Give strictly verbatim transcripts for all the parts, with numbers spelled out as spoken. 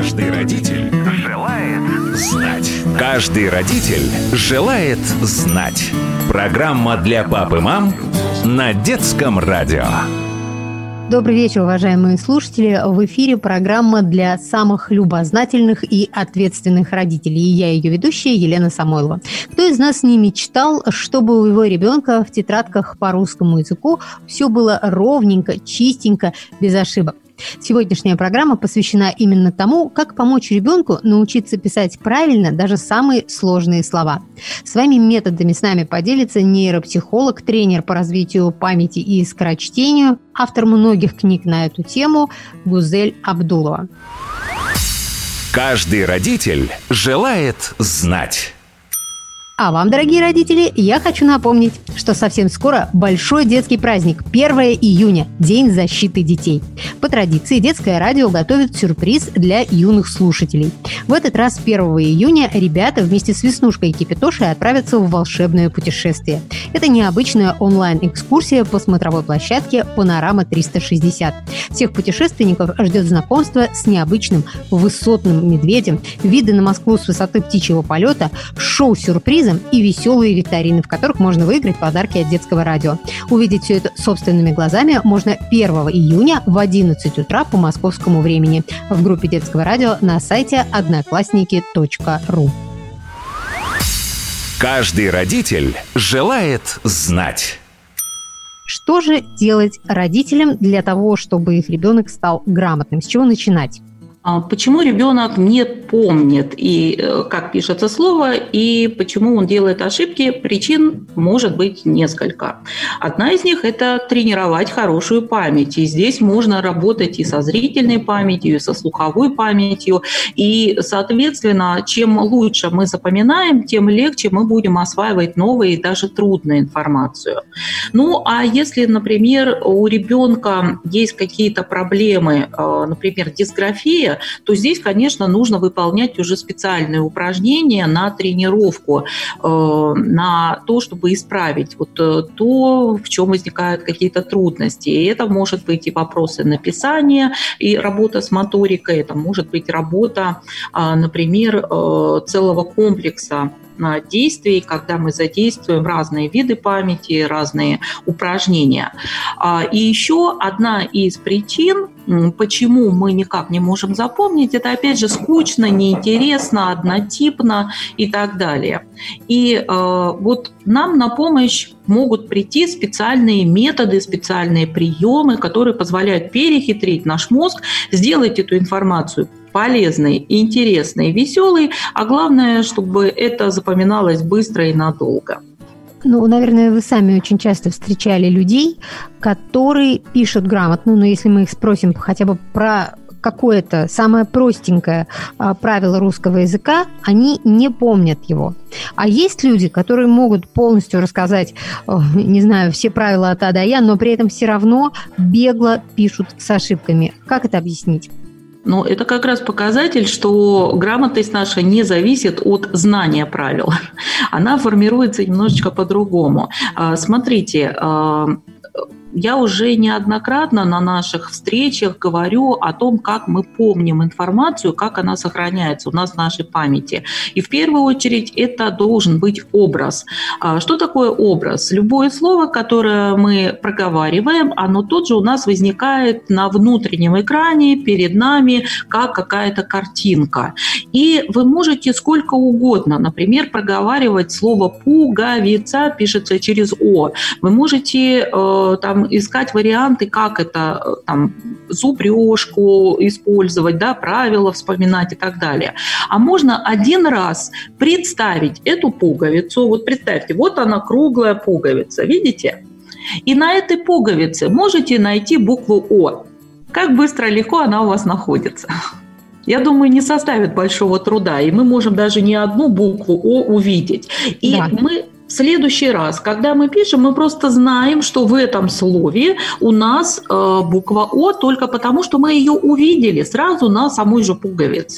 Каждый родитель желает знать. Каждый родитель желает знать. Программа для пап и мам на Детском радио. Добрый вечер, уважаемые слушатели. В эфире программа для самых любознательных и ответственных родителей. И я ее ведущая Елена Самойлова. Кто из нас не мечтал, чтобы у его ребенка в тетрадках по русскому языку все было ровненько, чистенько, без ошибок? Сегодняшняя программа посвящена именно тому, как помочь ребенку научиться писать правильно даже самые сложные слова. Своими методами с нами поделится нейропсихолог, тренер по развитию памяти и скорочтению, автор многих книг на эту тему Гузель Абдулова. Каждый родитель желает знать. А вам, дорогие родители, я хочу напомнить, что совсем скоро большой детский праздник – первое июня, День защиты детей. По традиции Детское радио готовит сюрприз для юных слушателей. В этот раз первого июня ребята вместе с Веснушкой и Кипятошей отправятся в волшебное путешествие. Это необычная онлайн-экскурсия по смотровой площадке «Панорама триста шестьдесят». Всех путешественников ждет знакомство с необычным высотным медведем, виды на Москву с высоты птичьего полета, шоу-сюрприз и веселые викторины, в которых можно выиграть подарки от Детского радио. Увидеть все это собственными глазами можно первого июня в одиннадцать утра по московскому времени в группе Детского радио на сайте одноклассники точка ру. Каждый родитель желает знать. Что же делать родителям для того, чтобы их ребенок стал грамотным? С чего начинать? Почему ребенок не помнит, и как пишется слово, и почему он делает ошибки? Причин может быть несколько. Одна из них – это тренировать хорошую память. И здесь можно работать и со зрительной памятью, и со слуховой памятью. И, соответственно, чем лучше мы запоминаем, тем легче мы будем осваивать новую и даже трудную информацию. Ну, а если, например, у ребенка есть какие-то проблемы, например, дисграфия, то здесь, конечно, нужно выполнять уже специальные упражнения на тренировку, э, на то, чтобы исправить вот то, в чем возникают какие-то трудности. И это может быть и вопросы написания, и работа с моторикой, это может быть работа, э, например, э, целого комплекса действий, когда мы задействуем разные виды памяти, разные упражнения. И еще одна из причин, почему мы никак не можем запомнить, это опять же скучно, неинтересно, однотипно и так далее. И э, вот нам на помощь могут прийти специальные методы, специальные приемы, которые позволяют перехитрить наш мозг, сделать эту информацию полезной, интересной, веселой, а главное, чтобы это запоминалось быстро и надолго. Ну, наверное, вы сами очень часто встречали людей, которые пишут грамотно, но если мы их спросим хотя бы про какое-то самое простенькое а, правило русского языка, они не помнят его. А есть люди, которые могут полностью рассказать, не знаю, все правила от А до Я, но при этом все равно бегло пишут с ошибками. Как это объяснить? Но это как раз показатель, что грамотность наша не зависит от знания правил. Она формируется немножечко по-другому. Смотрите, я уже неоднократно на наших встречах говорю о том, как мы помним информацию, как она сохраняется у нас в нашей памяти. И в первую очередь это должен быть образ. Что такое образ? Любое слово, которое мы проговариваем, оно тут же у нас возникает на внутреннем экране перед нами, как какая-то картинка. И вы можете сколько угодно, например, проговаривать слово «пуговица», пишется через «о». Вы можете э, там искать варианты, как это, там, зубрежку использовать, да, правила вспоминать и так далее. А можно один раз представить эту пуговицу. Вот представьте, вот она круглая пуговица, видите? И на этой пуговице можете найти букву «О». Как быстро и легко она у вас находится. Я думаю, не составит большого труда, и мы можем даже не одну букву «О» увидеть. И да. мы в следующий раз, когда мы пишем, мы просто знаем, что в этом слове у нас э, буква «О» только потому, что мы ее увидели сразу на самой же пуговице.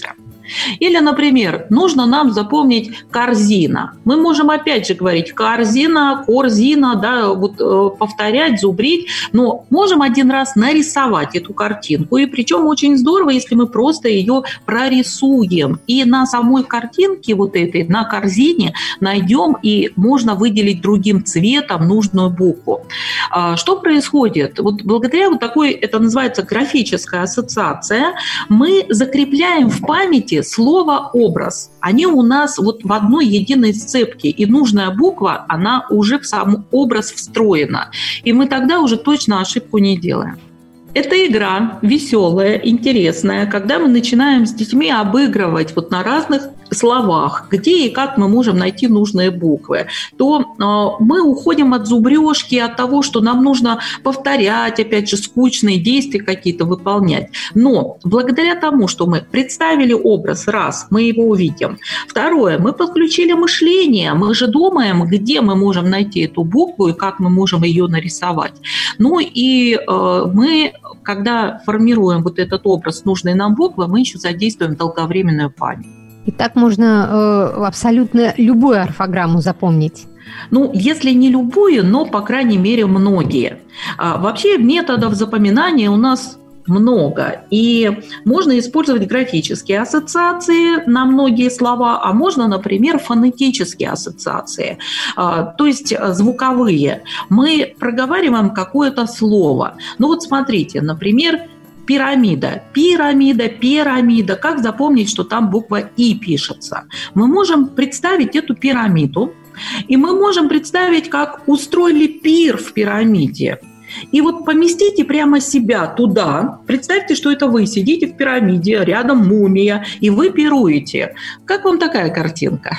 Или, например, нужно нам запомнить корзина. Мы можем опять же говорить корзина, корзина, да, вот, э, повторять, зубрить, но можем один раз нарисовать эту картинку. И причем очень здорово, если мы просто ее прорисуем. И на самой картинке вот этой, на корзине найдем, и можно выделить другим цветом нужную букву. А, что происходит? Вот благодаря вот такой, это называется графическая ассоциация, мы закрепляем в памяти слово-образ. Они у нас вот в одной единой сцепке, и нужная буква, она уже в сам образ встроена. И мы тогда уже точно ошибку не делаем. Это игра веселая, интересная, когда мы начинаем с детьми обыгрывать вот на разных словах, где и как мы можем найти нужные буквы, то э, мы уходим от зубрежки, от того, что нам нужно повторять, опять же, скучные действия какие-то выполнять. Но благодаря тому, что мы представили образ, раз, мы его увидим. Второе, мы подключили мышление, мы же думаем, где мы можем найти эту букву и как мы можем ее нарисовать. Ну и э, мы, когда формируем вот этот образ нужной нам буквы, мы еще задействуем долговременную память. И так можно э, абсолютно любую орфограмму запомнить. Ну, если не любую, но, по крайней мере, многие. А, вообще методов запоминания у нас много. И можно использовать графические ассоциации на многие слова, а можно, например, фонетические ассоциации, а, то есть звуковые. Мы проговариваем какое-то слово. Ну вот смотрите, например, пирамида, пирамида, пирамида. Как запомнить, что там буква «и» пишется? Мы можем представить эту пирамиду, и мы можем представить, как устроили пир в пирамиде. И вот поместите прямо себя туда. Представьте, что это вы сидите в пирамиде, рядом мумия, и вы пируете. Как вам такая картинка?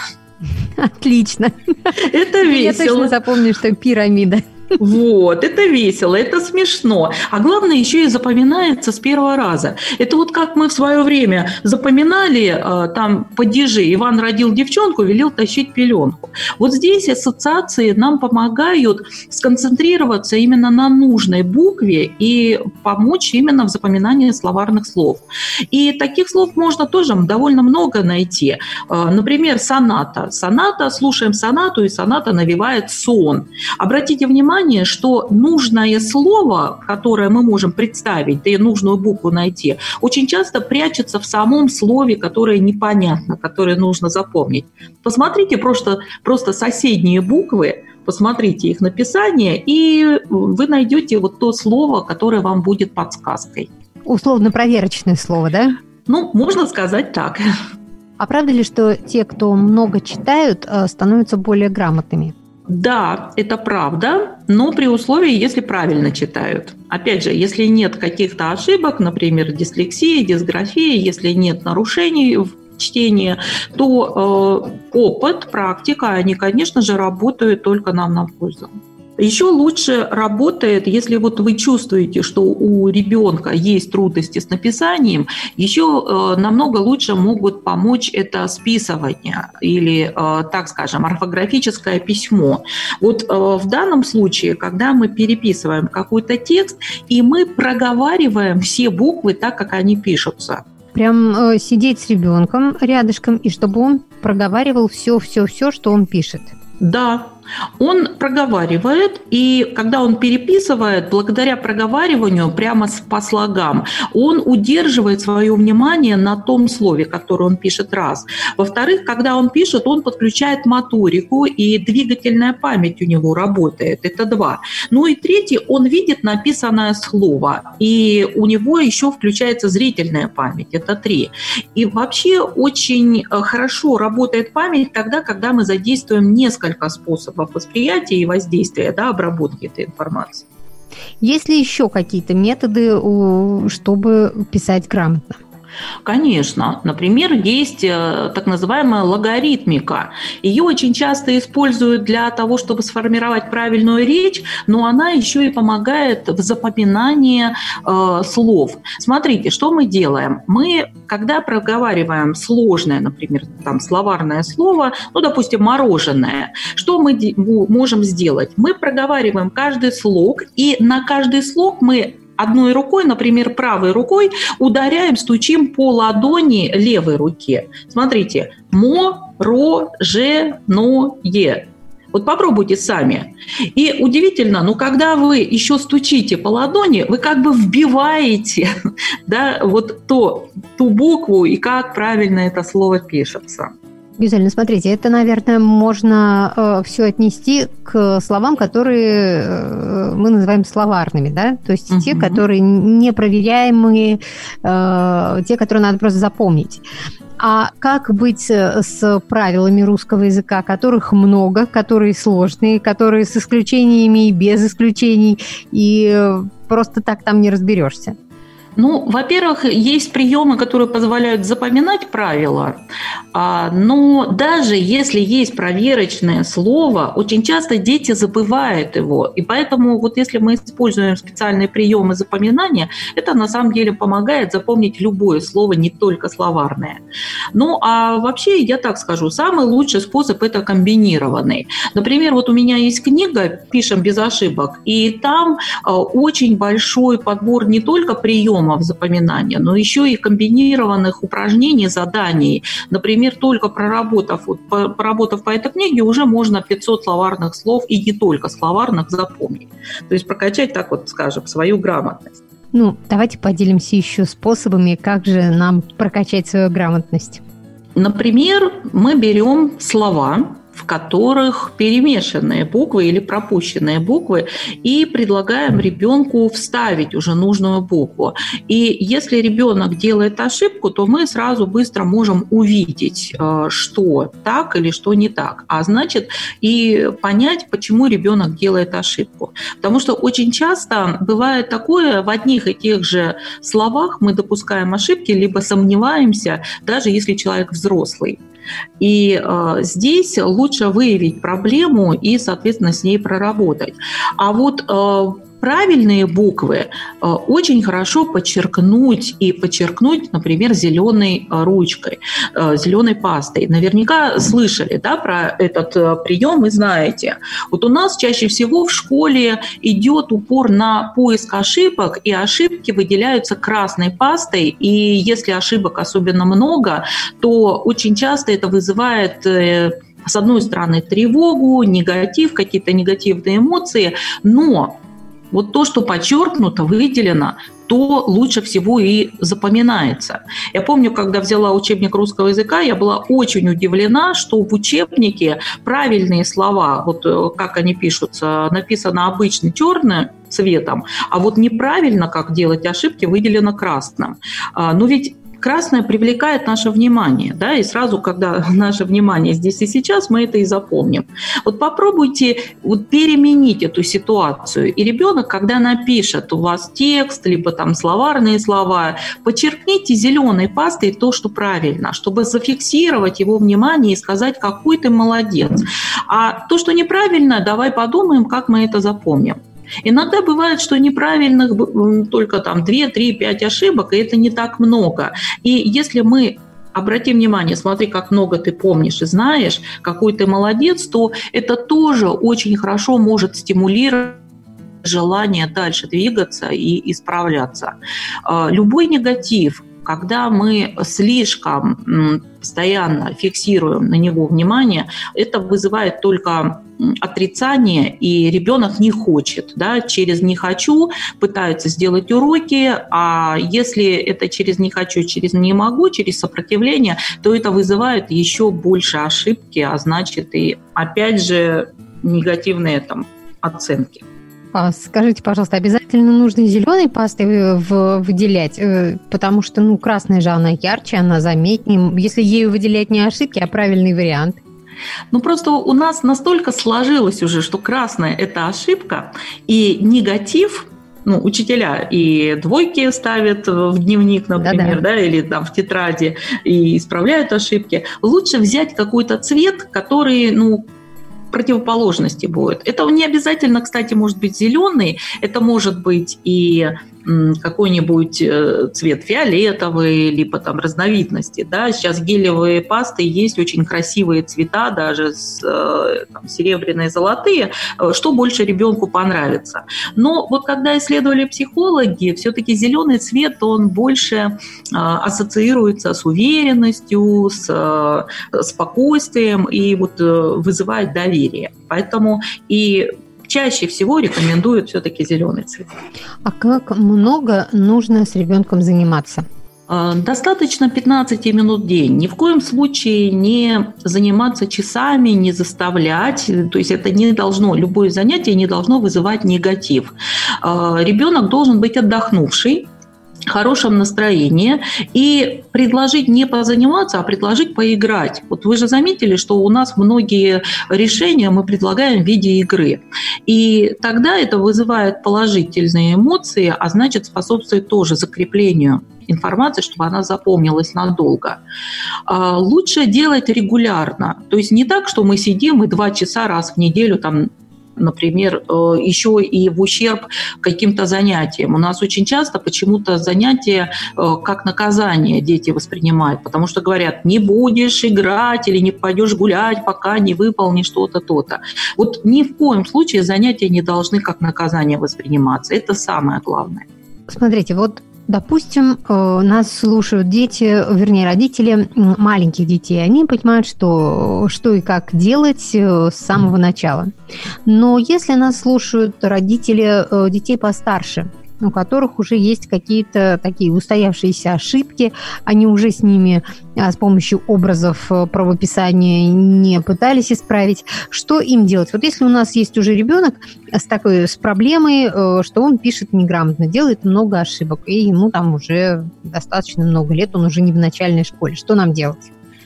Отлично. Это весело. Я точно запомню, что пирамида. Вот, это весело, это смешно. А главное, еще и запоминается с первого раза. Это вот как мы в свое время запоминали там падежи. Иван родил девчонку, велел тащить пеленку. Вот здесь ассоциации нам помогают сконцентрироваться именно на нужной букве и помочь именно в запоминании словарных слов. И таких слов можно тоже довольно много найти. Например, соната. Соната, слушаем сонату, и соната навевает сон. Обратите внимание, что нужное слово, которое мы можем представить, и нужную букву найти, очень часто прячется в самом слове, которое непонятно, которое нужно запомнить. Посмотрите просто, просто соседние буквы, посмотрите их написание, и вы найдете вот то слово, которое вам будет подсказкой. Условно-проверочное слово, да? Ну, можно сказать так. А правда ли, что те, кто много читают, становятся более грамотными? Да, это правда, но при условии, если правильно читают. Опять же, если нет каких-то ошибок, например, дислексии, дисграфии, если нет нарушений в чтении, то э, опыт, практика, они, конечно же, работают только нам на пользу. Еще лучше работает, если вот вы чувствуете, что у ребенка есть трудности с написанием, еще э, намного лучше могут помочь это списывание или, э, так скажем, орфографическое письмо. Вот э, в данном случае, когда мы переписываем какой-то текст, и мы проговариваем все буквы так, как они пишутся. Прям э, сидеть с ребенком рядышком, и чтобы он проговаривал все-все-все, что он пишет. Да, он проговаривает, и когда он переписывает, благодаря проговариванию прямо по слогам, он удерживает свое внимание на том слове, которое он пишет, раз. Во-вторых, когда он пишет, он подключает моторику, и двигательная память у него работает, это два. Ну и третий, он видит написанное слово, и у него еще включается зрительная память, это три. И вообще очень хорошо работает память тогда, когда мы задействуем несколько способов восприятия и воздействия, да, обработки этой информации. Есть ли еще какие-то методы, чтобы писать грамотно? Конечно. Например, есть так называемая логаритмика. Ее очень часто используют для того, чтобы сформировать правильную речь, но она еще и помогает в запоминании э, слов. Смотрите, что мы делаем. Мы, когда проговариваем сложное, например, там, словарное слово, ну, допустим, мороженое, что мы де- можем сделать? Мы проговариваем каждый слог, и на каждый слог мы одной рукой, например, правой рукой, ударяем, стучим по ладони левой руки. Смотрите, мо, ро, же, но, е. Вот попробуйте сами. И удивительно, но когда вы еще стучите по ладони, вы как бы вбиваете, да, вот то, ту букву и как правильно это слово пишется. Гюзель, ну смотрите, это, наверное, можно э, все отнести к словам, которые э, мы называем словарными, да? То есть угу. те, которые непроверяемые, э, те, которые надо просто запомнить. А как быть с правилами русского языка, которых много, которые сложные, которые с исключениями и без исключений, и просто так там не разберешься? Ну, во-первых, есть приемы, которые позволяют запоминать правила, но даже если есть проверочное слово, очень часто дети забывают его. И поэтому вот если мы используем специальные приемы запоминания, это на самом деле помогает запомнить любое слово, не только словарное. Ну, а вообще, я так скажу, самый лучший способ – это комбинированный. Например, вот у меня есть книга «Пишем без ошибок», и там очень большой подбор не только приемов запоминания, но еще и комбинированных упражнений, заданий. Например, только проработав, вот, поработав по этой книге, уже можно пятьсот словарных слов и не только словарных запомнить. То есть прокачать, так вот скажем, свою грамотность. Ну, давайте поделимся еще способами, как же нам прокачать свою грамотность. Например, мы берем слова, в которых перемешанные буквы или пропущенные буквы, и предлагаем ребенку вставить уже нужную букву. И если ребенок делает ошибку, то мы сразу быстро можем увидеть, что так или что не так. А значит, и понять, почему ребенок делает ошибку. Потому что очень часто бывает такое, в одних и тех же словах мы допускаем ошибки, либо сомневаемся, даже если человек взрослый. И э, здесь лучше выявить проблему и, соответственно, с ней проработать. А вот э, правильные буквы э, очень хорошо подчеркнуть и подчеркнуть, например, зеленой ручкой, э, зеленой пастой. Наверняка слышали, да, про этот э, прием и знаете. Вот у нас чаще всего в школе идет упор на поиск ошибок, и ошибки выделяются красной пастой. И если ошибок особенно много, то очень часто это вызывает, э, с одной стороны, тревогу, негатив, какие-то негативные эмоции, но вот то, что подчеркнуто, выделено, то лучше всего и запоминается. Я помню, когда взяла учебник русского языка, я была очень удивлена, что в учебнике правильные слова, вот как они пишутся, написано обычно черным цветом, а вот неправильно, как делать ошибки, выделено красным. Но ведь красное привлекает наше внимание, да, и сразу, когда наше внимание здесь и сейчас, мы это и запомним. Вот попробуйте вот переменить эту ситуацию, и ребенок, когда напишет у вас текст, либо там словарные слова, подчеркните зеленой пастой то, что правильно, чтобы зафиксировать его внимание и сказать, какой ты молодец. А то, что неправильно, давай подумаем, как мы это запомним. Иногда бывает, что неправильных только там два, три, пять ошибок, и это не так много. И если мы обратим внимание, смотри, как много ты помнишь и знаешь, какой ты молодец, то это тоже очень хорошо может стимулировать желание дальше двигаться и исправляться. Любой негатив, когда мы слишком постоянно фиксируем на него внимание, это вызывает только отрицание, и ребенок не хочет, да, через «не хочу» пытается сделать уроки, а если это через «не хочу», через «не могу», через сопротивление, то это вызывает еще больше ошибки, а значит и опять же негативные там оценки. Скажите, пожалуйста, обязательно нужно зеленой пастой выделять, потому что, ну, красная же она ярче, она заметнее. Если ею выделять не ошибки, а правильный вариант. Ну, просто у нас настолько сложилось уже, что красная – это ошибка, и негатив, ну, учителя и двойки ставят в дневник, например, да, да, или там в тетради и исправляют ошибки. Лучше взять какой-то цвет, который, ну, противоположности будет. Это не обязательно, кстати, может быть зеленый, это может быть и какой-нибудь цвет фиолетовый, либо там разновидности. Да? Сейчас гелевые пасты есть очень красивые цвета, даже с, там, серебряные, золотые, что больше ребенку понравится. Но вот когда исследовали психологи, все-таки зеленый цвет, он больше ассоциируется с уверенностью, с спокойствием и вот вызывает доверие. Поэтому и чаще всего рекомендуют все-таки зеленый цвет. А как много нужно с ребенком заниматься? Достаточно пятнадцать минут в день. Ни в коем случае не заниматься часами, не заставлять. То есть это не должно, любое занятие не должно вызывать негатив. Ребенок должен быть отдохнувший, в хорошем настроении, и предложить не позаниматься, а предложить поиграть. Вот вы же заметили, что у нас многие решения мы предлагаем в виде игры. И тогда это вызывает положительные эмоции, а значит способствует тоже закреплению информации, чтобы она запомнилась надолго. Лучше делать регулярно. То есть не так, что мы сидим и два часа раз в неделю там, например, еще и в ущерб каким-то занятиям. У нас очень часто почему-то занятия как наказание дети воспринимают, потому что говорят, не будешь играть или не пойдешь гулять, пока не выполнишь что-то, то-то. Вот ни в коем случае занятия не должны как наказание восприниматься. Это самое главное. Смотрите, вот допустим, нас слушают дети, вернее, родители маленьких детей. Они понимают, что, что и как делать с самого начала. Но если нас слушают родители детей постарше, у которых уже есть какие-то такие устоявшиеся ошибки, они уже с ними с помощью образов правописания не пытались исправить. Что им делать? Вот если у нас есть уже ребенок с такой с проблемой, что он пишет неграмотно, делает много ошибок, и ему там уже достаточно много лет, он уже не в начальной школе. Что нам делать?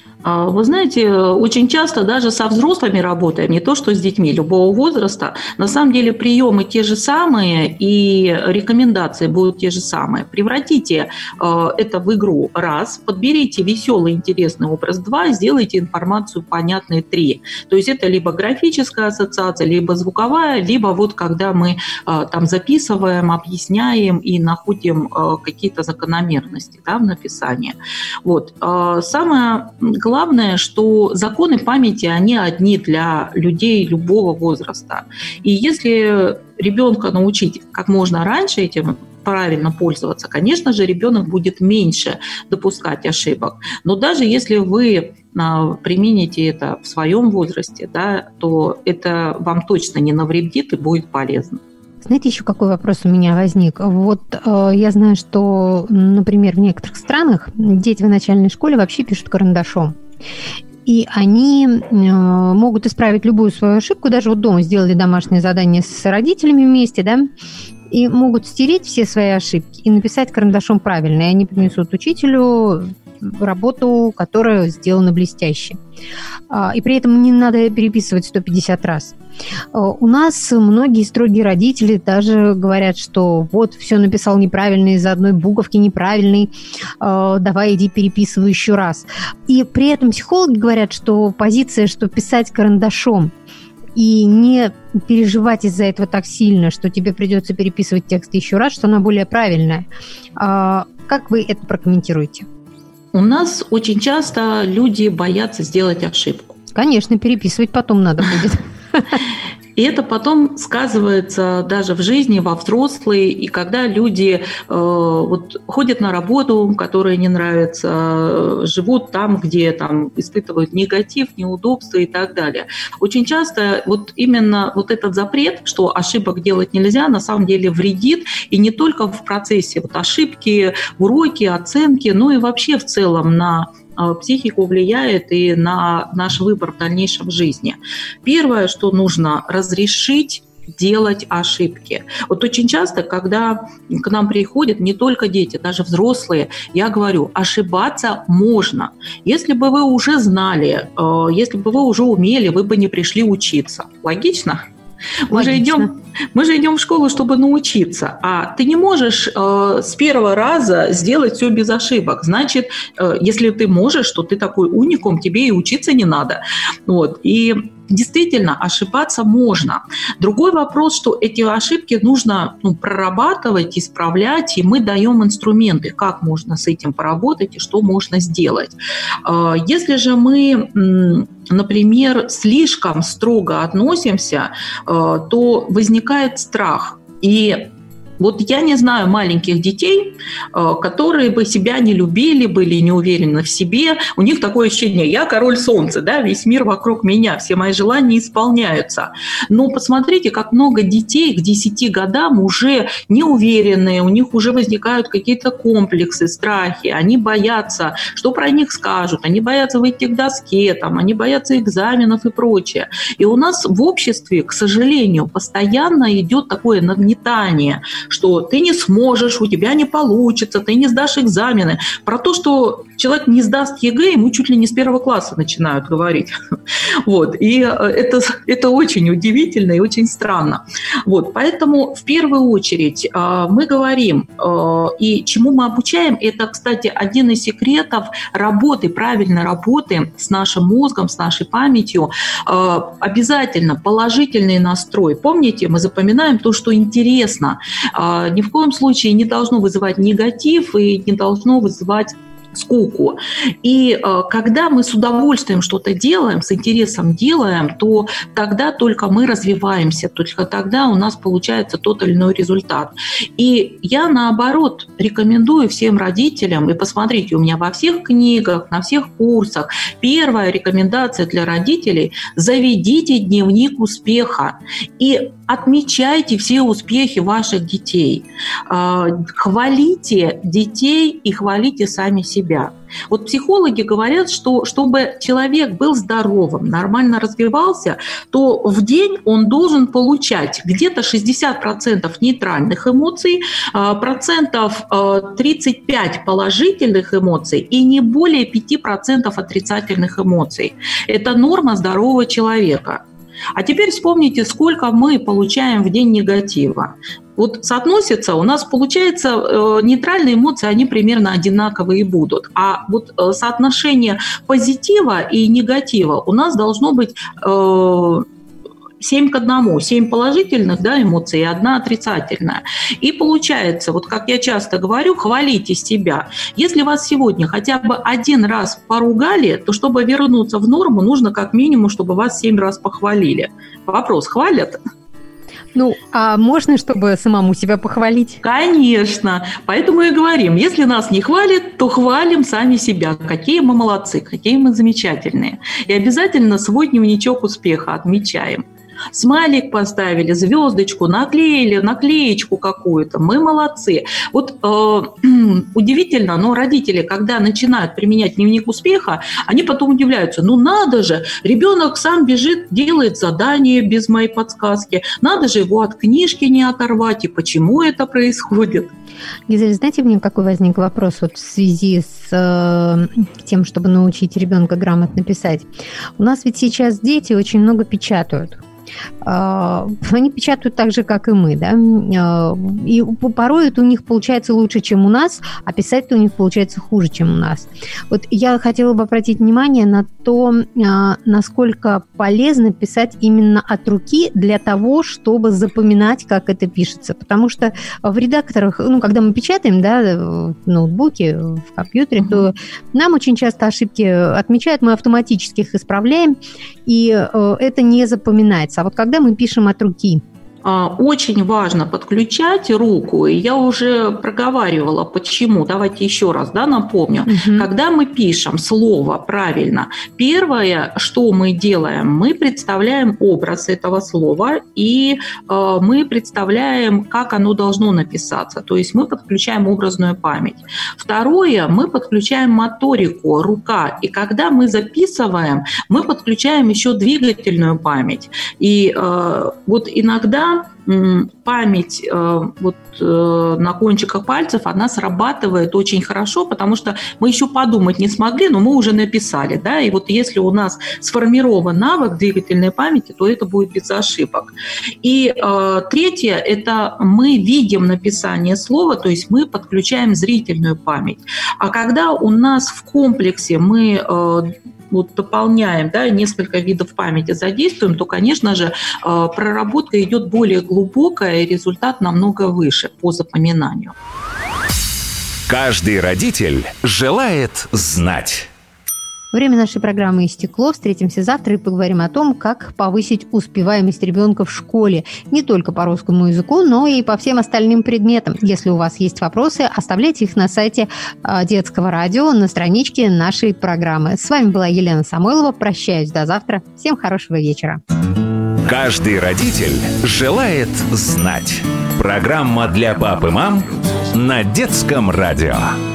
Вы знаете, очень часто даже со взрослыми работаем, не то что с детьми любого возраста. На самом деле приемы те же самые и рекомендации будут те же самые. Превратите это в игру раз, подберите веселый, интересный образ два, сделайте информацию понятной три. То есть это либо графическая ассоциация, либо звуковая, либо вот когда мы там записываем, объясняем и находим какие-то закономерности, да, в написании. Вот. Самое главное, Главное, что законы памяти, они одни для людей любого возраста. И если ребенка научить как можно раньше этим правильно пользоваться, конечно же, ребенок будет меньше допускать ошибок. Но даже если вы примените это в своем возрасте, да, то это вам точно не навредит и будет полезно. Знаете, еще какой вопрос у меня возник? Вот э, я знаю, что, например, в некоторых странах дети в начальной школе вообще пишут карандашом. И они э, могут исправить любую свою ошибку, даже вот дома сделали домашнее задание с родителями вместе, да, и могут стереть все свои ошибки и написать карандашом правильно. И они принесут учителю работу, которая сделана блестяще. И при этом не надо переписывать сто пятьдесят раз. У нас многие строгие родители даже говорят, что вот все написал неправильно, из-за одной буковки неправильной, давай иди переписывай еще раз. И при этом психологи говорят, что позиция, что писать карандашом и не переживать из-за этого так сильно, что тебе придется переписывать текст еще раз, что она более правильная. Как вы это прокомментируете? У нас очень часто люди боятся сделать ошибку. Конечно, переписывать потом надо будет. И это потом сказывается даже в жизни, во взрослой, и когда люди э, вот, ходят на работу, которая не нравится, живут там, где там, испытывают негатив, неудобства и так далее. Очень часто вот именно вот этот запрет, что ошибок делать нельзя, на самом деле вредит, и не только в процессе вот, ошибки, уроки, оценки, но и вообще в целом на психику влияет и на наш выбор в дальнейшем жизни. Первое, что нужно, разрешить делать ошибки. Вот очень часто, когда к нам приходят не только дети, даже взрослые, я говорю, ошибаться можно. Если бы вы уже знали, если бы вы уже умели, вы бы не пришли учиться. Логично? Мы же, идем, мы же идем в школу, чтобы научиться, а ты не можешь э, с первого раза сделать все без ошибок. Значит, э, если ты можешь, то ты такой уникум, тебе и учиться не надо. Вот. И действительно ошибаться можно. Другой вопрос, что эти ошибки нужно ну, прорабатывать, исправлять, и мы даем инструменты, как можно с этим поработать и что можно сделать. Если же мы, например, слишком строго относимся, то возникает страх. И вот я не знаю маленьких детей, которые бы себя не любили, были не уверены в себе. У них такое ощущение: я король солнца, да, весь мир вокруг меня, все мои желания исполняются. Но посмотрите, как много детей к десяти годам уже неуверенные, у них уже возникают какие-то комплексы, страхи, они боятся, что про них скажут, они боятся выйти к доске, там, они боятся экзаменов и прочее. И у нас в обществе, к сожалению, постоянно идет такое нагнетание, что ты не сможешь, у тебя не получится, ты не сдашь экзамены. Про то, что человек не сдаст ЕГЭ, ему чуть ли не с первого класса начинают говорить. Вот. И это, это очень удивительно и очень странно. Вот. Поэтому в первую очередь мы говорим, и чему мы обучаем, это, кстати, один из секретов работы, правильной работы с нашим мозгом, с нашей памятью. Обязательно положительный настрой. Помните, мы запоминаем то, что интересно. Ни в коем случае не должно вызывать негатив и не должно вызывать скуку. И э, когда мы с удовольствием что-то делаем, с интересом делаем, то тогда только мы развиваемся, только тогда у нас получается тот или иной результат. И я, наоборот, рекомендую всем родителям, и посмотрите, у меня во всех книгах, на всех курсах, первая рекомендация для родителей – заведите дневник успеха и отмечайте все успехи ваших детей. Хвалите детей и хвалите сами себя. Вот психологи говорят, что чтобы человек был здоровым, нормально развивался, то в день он должен получать где-то шестьдесят процентов нейтральных эмоций, процентов тридцать пять положительных эмоций и не более пять процентов отрицательных эмоций. Это норма здорового человека. А теперь вспомните, сколько мы получаем в день негатива. Вот соотносится, у нас получается э, нейтральные эмоции, они примерно одинаковые будут. А вот э, соотношение позитива и негатива у нас должно быть э, семь к одному. семь положительных, да, эмоций и одна отрицательная. И получается, вот как я часто говорю, хвалите себя. Если вас сегодня хотя бы один раз поругали, то чтобы вернуться в норму, нужно как минимум, чтобы вас семь раз похвалили. Вопрос: хвалят? Ну, а можно, чтобы самому себя похвалить? Конечно. Поэтому и говорим, если нас не хвалят, то хвалим сами себя. Какие мы молодцы, какие мы замечательные. И обязательно свой дневничок успеха отмечаем. Смайлик поставили, звездочку, наклеили, наклеечку какую-то. Мы молодцы. Вот э, удивительно, но родители, когда начинают применять дневник успеха, они потом удивляются. Ну надо же, ребенок сам бежит, делает задание без моей подсказки. Надо же его от книжки не оторвать. И почему это происходит? Гизель, знаете, мне какой возник вопрос вот в связи с э, тем, чтобы научить ребенка грамотно писать? У нас ведь сейчас дети очень много печатают. Они печатают так же, как и мы, да, и порой это у них получается лучше, чем у нас, а писать-то у них получается хуже, чем у нас. Вот я хотела бы обратить внимание на то, насколько полезно писать именно от руки для того, чтобы запоминать, как это пишется, потому что в редакторах, ну, когда мы печатаем, да, в ноутбуке, в компьютере, uh-huh. то нам очень часто ошибки отмечают, мы автоматически их исправляем, и это не запоминается. А вот когда мы пишем от руки, очень важно подключать руку, и я уже проговаривала, почему. Давайте еще раз, да, напомню. Угу. Когда мы пишем слово правильно, первое, что мы делаем, мы представляем образ этого слова, и э, мы представляем, как оно должно написаться. То есть мы подключаем образную память. Второе, мы подключаем моторику, рука. И когда мы записываем, мы подключаем еще двигательную память. И э, вот иногда память э, вот, э, на кончиках пальцев, она срабатывает очень хорошо, потому что мы еще подумать не смогли, но мы уже написали. Да? И вот если у нас сформирован навык двигательной памяти, то это будет без ошибок. И э, третье – это мы видим написание слова, то есть мы подключаем зрительную память. А когда у нас в комплексе мы… Э, вот дополняем, да, несколько видов памяти задействуем, то, конечно же, проработка идет более глубокая, и результат намного выше по запоминанию. Каждый родитель желает знать. Время нашей программы истекло. Встретимся завтра и поговорим о том, как повысить успеваемость ребенка в школе. Не только по русскому языку, но и по всем остальным предметам. Если у вас есть вопросы, оставляйте их на сайте Детского радио на страничке нашей программы. С вами была Елена Самойлова. Прощаюсь до завтра. Всем хорошего вечера. Каждый родитель желает знать. Программа для пап и мам на Детском радио.